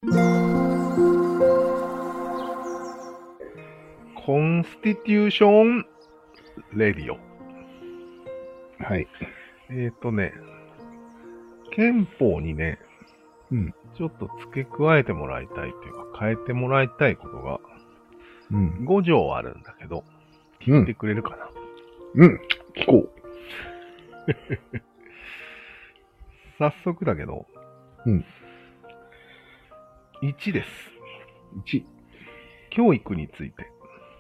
コンスティテューションレディオ。 はい。 憲法にね、 ちょっと付け加えてもらいたいというか、変えてもらいたいことが、5条あるんだけど、聞いてくれるかな。 聞こう。 早速だけど、1です。 1。 教育について。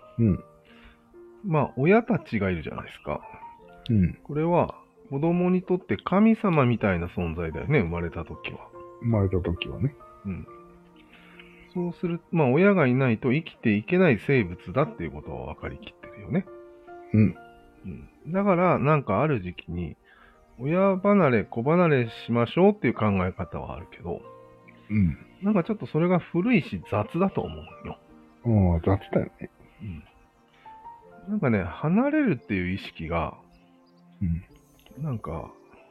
まあ、親たちがいるじゃないですか。これは、子供にとって神様みたいな存在だよね、生まれた時は。 生まれた時はね。 そうする、まあ、親がいないと生きていけない生物だっていうことは分かりきってるよね。だから、なんかある時期に、親離れ、子離れしましょうっていう考え方はあるけど、なんかちょっとそれが古いし雑だと思うよ。 雑だよね。 なんかね、離れるっていう意識が、なんか、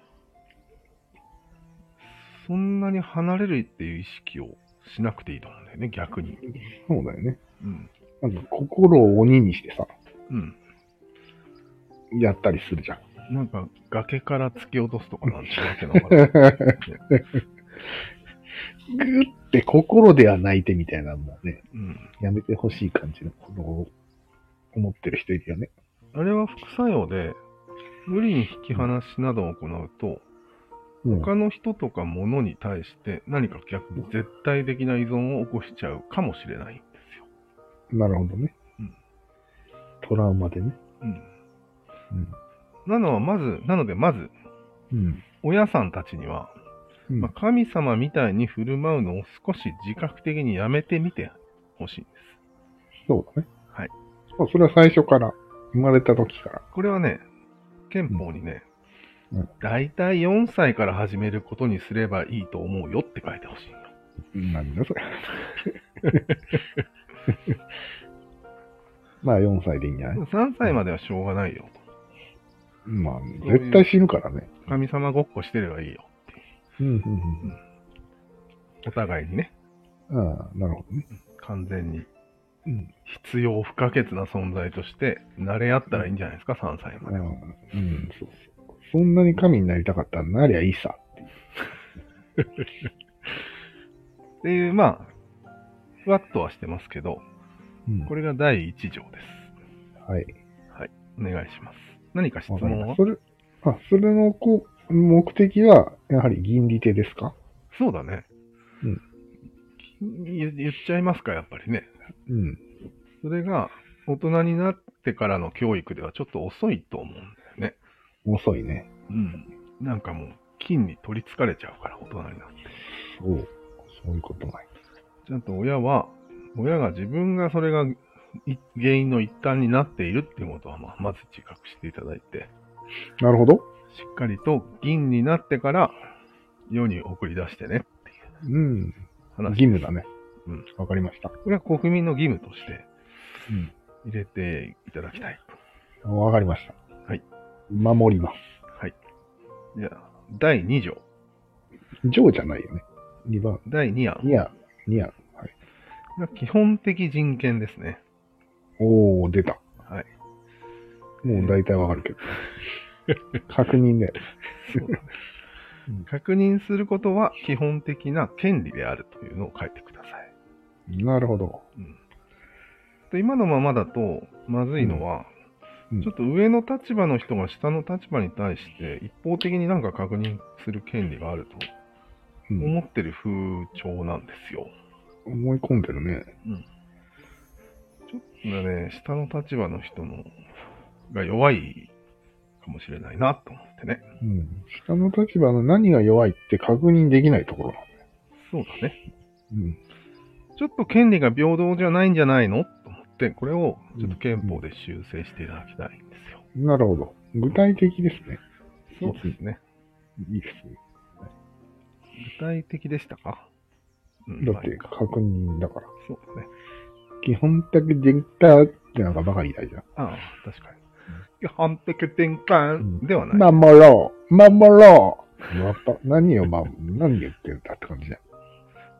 そんなに離れるっていう意識をしなくていいと思うんだよね、逆に。 そうだよね。なんか心を鬼にしてさ、やったりするじゃん。 なんか崖から突き落とすとかなんてわけのわからない。 ぐーって心では泣いてみたいなのもね、やめてほしい感じのことを思ってる人いるよね。 あれは副作用で、無理に引き離しなどを行うと、他の人とか物に対して何か逆に絶対的な依存を起こしちゃうかもしれないんですよ。なるほどね。トラウマでね。 なのでまず、親さんたちには、神様みたいに振る舞うのを少し自覚的にやめてみてほしいんです。 そうだね。 はい。 それは最初から、生まれた時から。 これはね、憲法にね、だいたい4歳から始めることにすればいいと思うよって書いてほしいよ。 なんだそれ。まあ4歳でいいんじゃない？ 3 歳まではしょうがないよ。 まあ、絶対死ぬからね。 神様ごっこしてればいいよっていう。お互いにね。 なるほどね。 完全に。必要不可欠な存在として慣れ合ったらいいんじゃないですか、3歳までは。 そう。そんなに神になりたかったらなりゃいいさ。 っていう、まあ、ふわっとはしてますけど、これが第1条です。 はい。 はい。お願いします。何か質問は？ それの目的は、やはり銀利手ですか？ そうだね。言っちゃいますか、やっぱりね。それが、大人になってからの教育ではちょっと遅いと思うんだよね。 遅いね。 なんかもう、金に取り憑かれちゃうから、大人になって。 そういうことない。 ちゃんと親が自分がそれが原因の一端になっているっていうことは、まず自覚していただいて。 なるほど。 しっかりと銀になってから世に送り出してねっていう話。 義務だね。わかりました。 これは国民の義務として入れていただきたい。 わかりました。 はい。 守ります。 はい。じゃあ、第2条。 条じゃないよね。2番。 第2案。 2案。はい。 基本的人権ですね。 出た。 はい。 もう大体わかるけど。確認で。 そうだね。確認することは基本的な権利であるというのを書いてください。 なるほど。 今のままだとまずいのは、ちょっと上の立場の人が下の立場に対して一方的になんか確認する権利があると思ってる風潮なんですよ。 思い込んでるね。 ちょっとね、下の立場の人が弱いかもしれないなと思ってね。 下の立場の何が弱いって確認できないところなんだよ。 そうだね。ちょっと権利が平等じゃないんじゃないのと思って、これをちょっと憲法で修正していただきたいんですよ。 なるほど。具体的ですね。 そうですね。 いいですね。 具体的でしたか？ だって確認だから。 そうだね。 基本的人権ってなんかバカみたいじゃん。 確かに。基本的人権ではない。 守ろう何言ってんだって感じじゃん。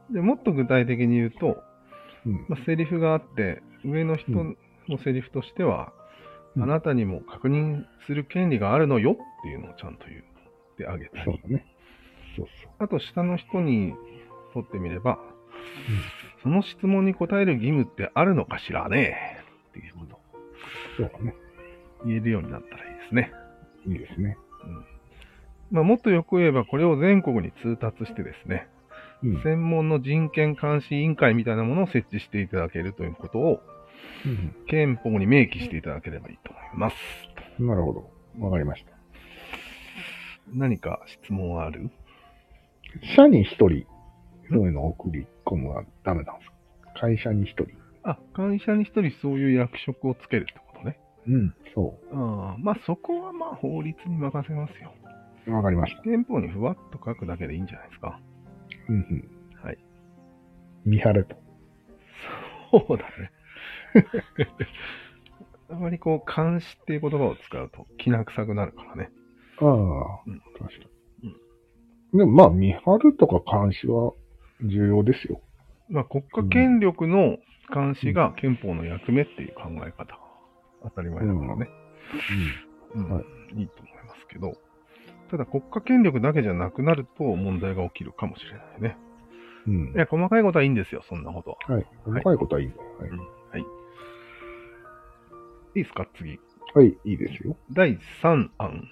で、もっと具体的に言うと、 うんセリフがあって、上の人のセリフとしては、あなたにも確認する権利があるのよっていうのをちゃんと言ってあげたり。 そうだね。そうそう。 あと、下の人にとってみれば、その質問に答える義務ってあるのかしらねっていうことをそうだね。 言えるようになったらいいですね。 いいですね。 もっとよく言えば、これを全国に通達してですね、専門の人権監視委員会みたいなものを設置していただけるということを、憲法に明記していただければいいと思います。 なるほど。わかりました。 何か質問はある？ 社に一人、そういうのを送り込むのはダメなんですか？会社に一人。 会社に一人そういう役職をつけるってことね。 そう。 そこは法律に任せますよ。 わかりました。 憲法にふわっと書くだけでいいんじゃないですか。はい。 見張れと。 そうだね。あまり監視っていう言葉を使うときな臭くなるからね。 確かに。でも見張るとか監視は重要ですよ。 国家権力の監視が憲法の役目っていう考え方が当たり前だからね。いいと思いますけど、ただ国家権力だけじゃなくなると問題が起きるかもしれないね。いや、細かいことはいいんですよ、そんなことは。 はい。細かいことはいいんだよ。 はい。いいですか、次。 はい、いいですよ。 第3案。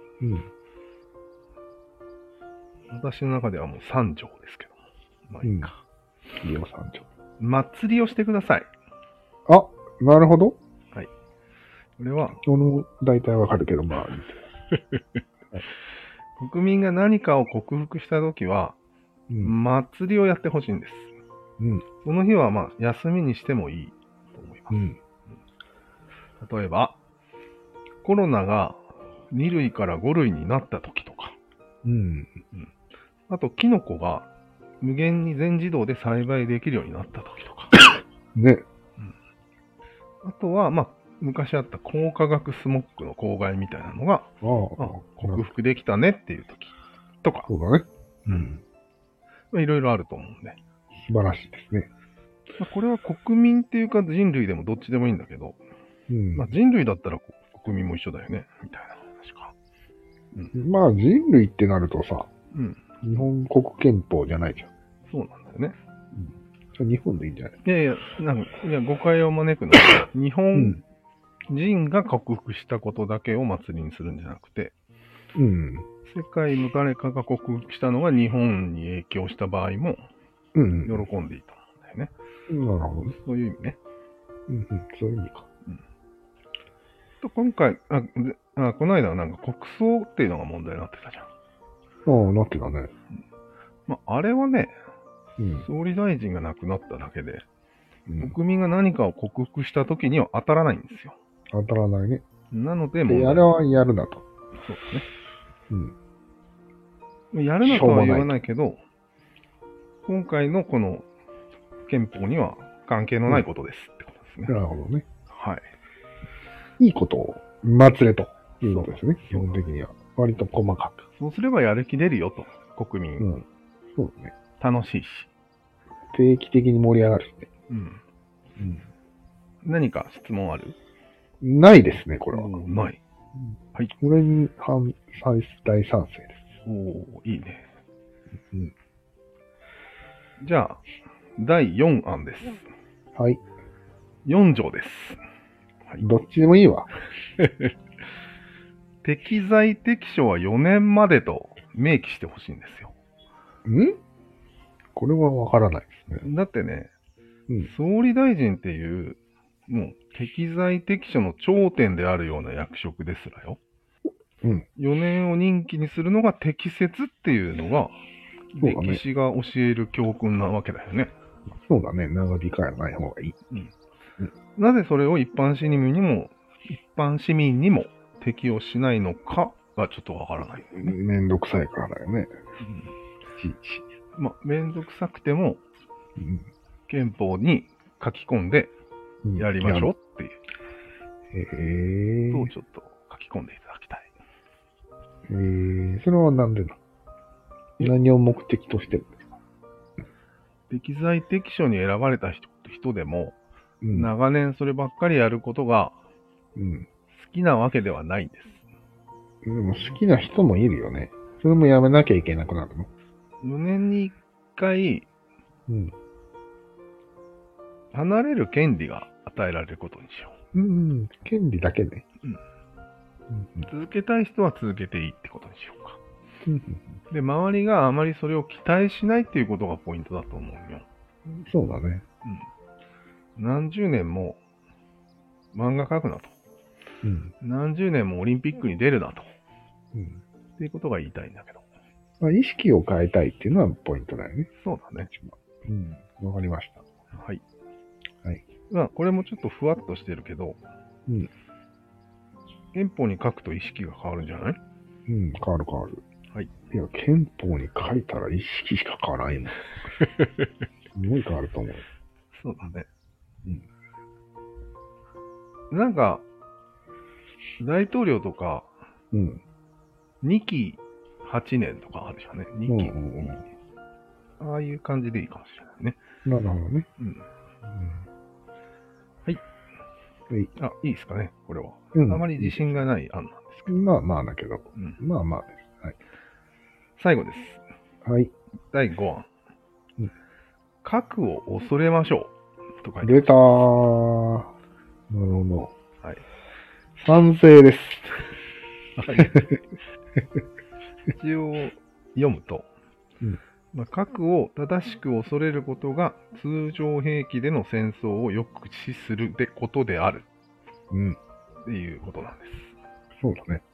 私の中ではもう3条ですけども。いいか。 いいよ、3条。 祭りをしてください。 なるほど。 はい。これは、 大体わかるけど、 国民が何かを克服したときは、祭りをやってほしいんです。その日は休みにしてもいいと思います。例えば、コロナが2類から5類になったときとか、あと、キノコが無限に全自動で栽培できるようになったときとか。あとは、昔あった高化学スモッグの公害みたいなのが、克服できたねっていうときとか。 そうだね。 いろいろあると思うんで。 素晴らしいですね。 これは国民っていうか人類でもどっちでもいいんだけど、人類だったら国民も一緒だよね、みたいな話か。 人類ってなるとさ、日本国憲法じゃないじゃん。 そうなんだよね。 日本でいいんじゃない？ いや、誤解を招くのは、日本人が克服したことだけを祭りにするんじゃなくて、世界の誰かが克服したのが日本に影響した場合も、喜んでいいと思うんだよね。 なるほど。 そういう意味ね。 そういう意味か。 今回、この間は国葬っていうのが問題になってたじゃん。なってたね。 あれはね、総理大臣が亡くなっただけで、国民が何かを克服したときには当たらないんですよ。 当たらないね。 なので、 あれはやるなと。 そうですね。やるなとは言わないけど、今回のこの憲法には関係のないことですってことですね。 なるほどね。 はい。 いいことを祭れということですね。基本的には。割と細かく。 そうすればやる気出るよと、国民。 そうだね。 楽しいし。 定期的に盛り上がるしね。 何か質問ある？ ないですね、これは。 ない。はい。 これに大賛成です。 いいね。じゃあ、第4案です。 はい。 4条です。 どっちでもいいわ。 適材適所は4年までと明記してほしいんですよ。 これはわからないですね。 だってね、総理大臣っていう、もう適材適所の頂点であるような役職ですらよ。4年を任期にするのが適切っていうのが、歴史が教える教訓なわけだよね。 そうだね。長引かない方がいい。 なぜそれを一般市民にも適用しないのかがちょっとわからない、 ね。めんどくさいからだよね。 めんどくさくても、憲法に書き込んでやりましょうっていう。ちょっと書き込んでいただきたい。 それはなんでだ？何を目的としてるんですか？ 適材適所に選ばれた人でも、長年そればっかりやることが好きなわけではないんです。 でも好きな人もいるよね。それもやめなきゃいけなくなるの。 4年に1回、離れる権利が与えられることにしよう。権利だけね。 続けたい人は続けていいってことにしようか。で、周りがあまりそれを期待しないっていうことがポイントだと思うよ。 そうだね。 何十年も漫画描くなと。何十年もオリンピックに出るなと。っていうことが言いたいんだけど。 意識を変えたいっていうのはポイントだよね。 そうだね。 わかりました。 はい。 はい。 まあ、これもちょっとふわっとしてるけど、憲法に書くと意識が変わるんじゃない？ 変わる変わる。 はい。 いや、憲法に書いたら意識しか変わらないもん。すごい変わると思う。 そうだね。なんか、大統領とか、2期8年とかあるじゃんね。2期。ああいう感じでいいかもしれないね。 なるほどね。 はい。あ、いいですかね、これは。あまり自信がない案なんですけど。 まあだけど。まあまあです。はい。 最後です。 はい。 第5案。核を恐れましょう。と書いて出たー。なるほど。 はい。 賛成です。 はい。一応読むと、核を正しく恐れることが通常兵器での戦争を抑止することである。っていうことなんです。 そうだね。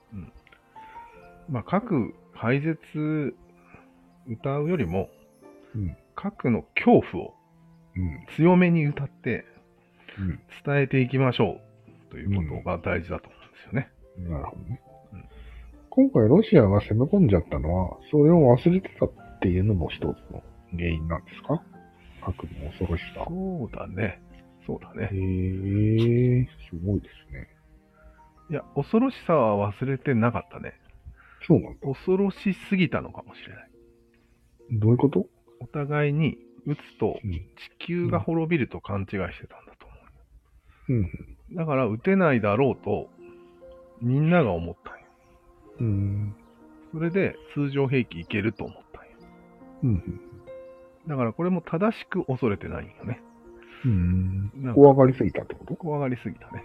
核廃絶歌うよりも、核の恐怖を強めに歌って伝えていきましょうということが大事だと思うんですよね。 なるほどね。今回ロシアが攻め込んじゃったのは、それを忘れてたっていうのも一つの原因なんですか？核の恐ろしさ。 そうだね。そうだね。 すごいですね。 いや、恐ろしさは忘れてなかったね。 そうなんだ。 恐ろしすぎたのかもしれない。 どういうこと？ お互いに撃つと地球が滅びると勘違いしてたんだと思う。だから撃てないだろうとみんなが思ったんよ。それで通常兵器いけると思ったんよ。だからこれも正しく恐れてないんよね。 怖がりすぎたってこと？ 怖がりすぎたね。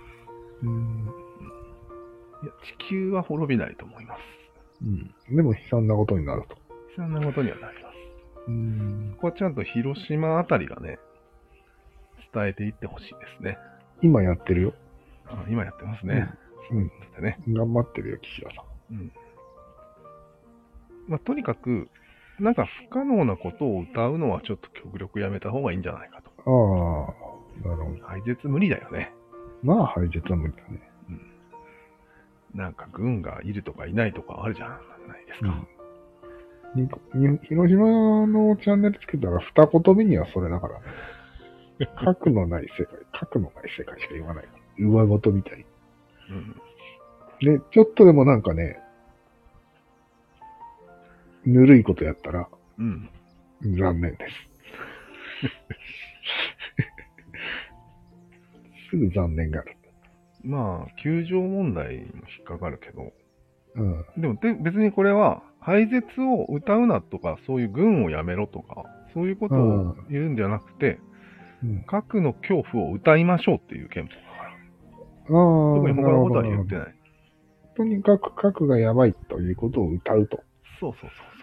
いや、地球は滅びないと思います。 でも悲惨なことになると。 悲惨なことにはなります。ここはちゃんと広島あたりがね、伝えていってほしいですね。 今やってるよ。 今やってますね。 頑張ってるよ、岸田さん。とにかく、なんか不可能なことを歌うのはちょっと極力やめた方がいいんじゃないかと。 なるほど。 廃絶無理だよね。 まあ廃絶は無理だね。 なんか軍がいるとかいないとかあるじゃないですか。 広島のチャンネルつけたら二言目にはそれだからね。核のない世界しか言わない。上事みたい。で、ちょっとでもなんかね、ぬるいことやったら、残念です。すぐ残念がある。 球場問題にも引っかかるけど、でも別にこれは廃絶を歌うなとか、そういう軍をやめろとか、そういうことを言うんじゃなくて、核の恐怖を歌いましょうっていう憲法だから。特に他のことは言ってない。 とにかく核がやばいということを歌うと。 そう。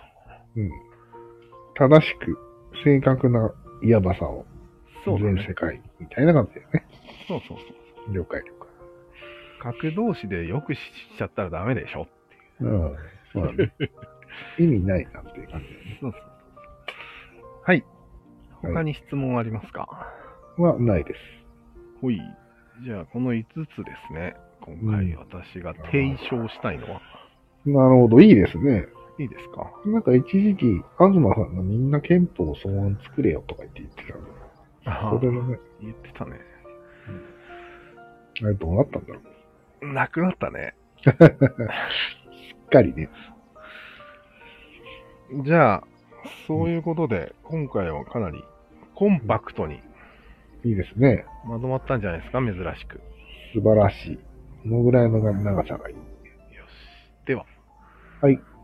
正しく正確なやばさを全世界みたいな感じだよね。 そう。 了解。 核同士でよくしちゃったらダメでしょっていう。 そうだね。意味ないなっていう感じだね。 そう。はい。他に質問ありますか？ はないです。 ほい。じゃあこの5つですね。今回私が提唱したいのは。 なるほど、いいですね。 いいですか？ なんか一時期、東さんがみんな憲法草案作れよとか言ってたの。それだね。 言ってたね。 あれどうなったんだろう。なくなったね。 すっかりね。 じゃあ、そういうことで、今回はかなりコンパクトに。 いいですね。 まとまったんじゃないですか、珍しく。 素晴らしい。このぐらいの長さがいい。よし。では。 はい。